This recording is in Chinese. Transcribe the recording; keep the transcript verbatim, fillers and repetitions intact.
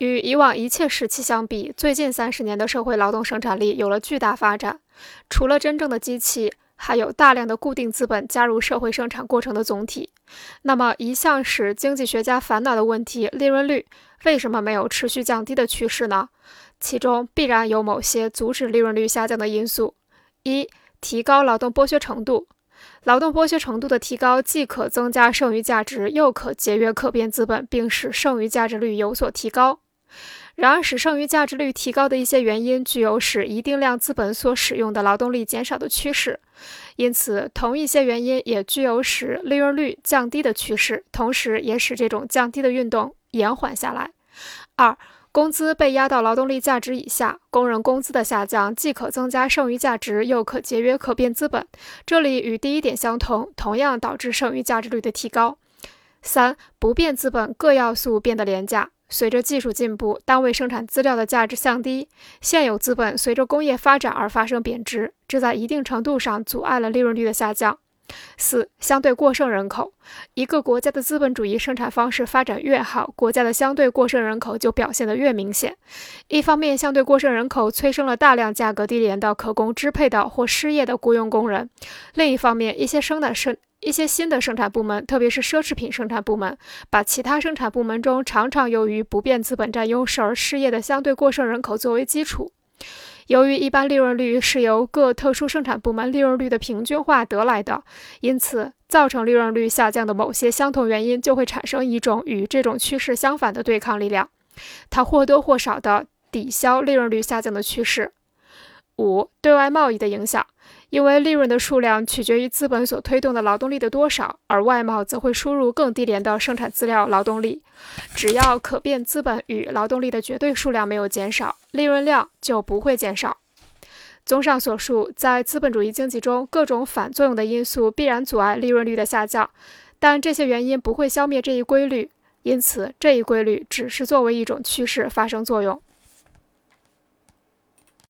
与以往一切时期相比，最近三十年的社会劳动生产力有了巨大发展。除了真正的机器，还有大量的固定资本加入社会生产过程的总体。那么，一向使经济学家烦恼的问题，利润率为什么没有持续降低的趋势呢？其中必然有某些阻止利润率下降的因素。一、提高劳动剥削程度。劳动剥削程度的提高，既可增加剩余价值，又可节约可变资本，并使剩余价值率有所提高。然而，使剩余价值率提高的一些原因，具有使一定量资本所使用的劳动力减少的趋势。因此，同一些原因也具有使利润率降低的趋势，同时也使这种降低的运动延缓下来。二、工资被压到劳动力价值以下，工人工资的下降既可增加剩余价值，又可节约可变资本。这里与第一点相同，同样导致剩余价值率的提高。三、不变资本各要素变得廉价。随着技术进步，单位生产资料的价值降低，现有资本随着工业发展而发生贬值，这在一定程度上阻碍了利润率的下降。四、相对过剩人口。一个国家的资本主义生产方式发展越好，国家的相对过剩人口就表现得越明显。一方面，相对过剩人口催生了大量价格低廉的可供支配的或失业的雇佣工人；另一方面，一些生产生一些新的生产部门，特别是奢侈品生产部门，把其他生产部门中常常由于不变资本占优势而失业的相对过剩人口作为基础。由于一般利润率是由各特殊生产部门利润率的平均化得来的，因此造成利润率下降的某些相同原因就会产生一种与这种趋势相反的对抗力量，它或多或少地抵消利润率下降的趋势。五、对外贸易的影响。因为利润的数量取决于资本所推动的劳动力的多少，而外贸则会输入更低廉的生产资料劳动力。只要可变资本与劳动力的绝对数量没有减少，利润量就不会减少。综上所述，在资本主义经济中，各种反作用的因素必然阻碍利润率的下降，但这些原因不会消灭这一规律，因此这一规律只是作为一种趋势发生作用。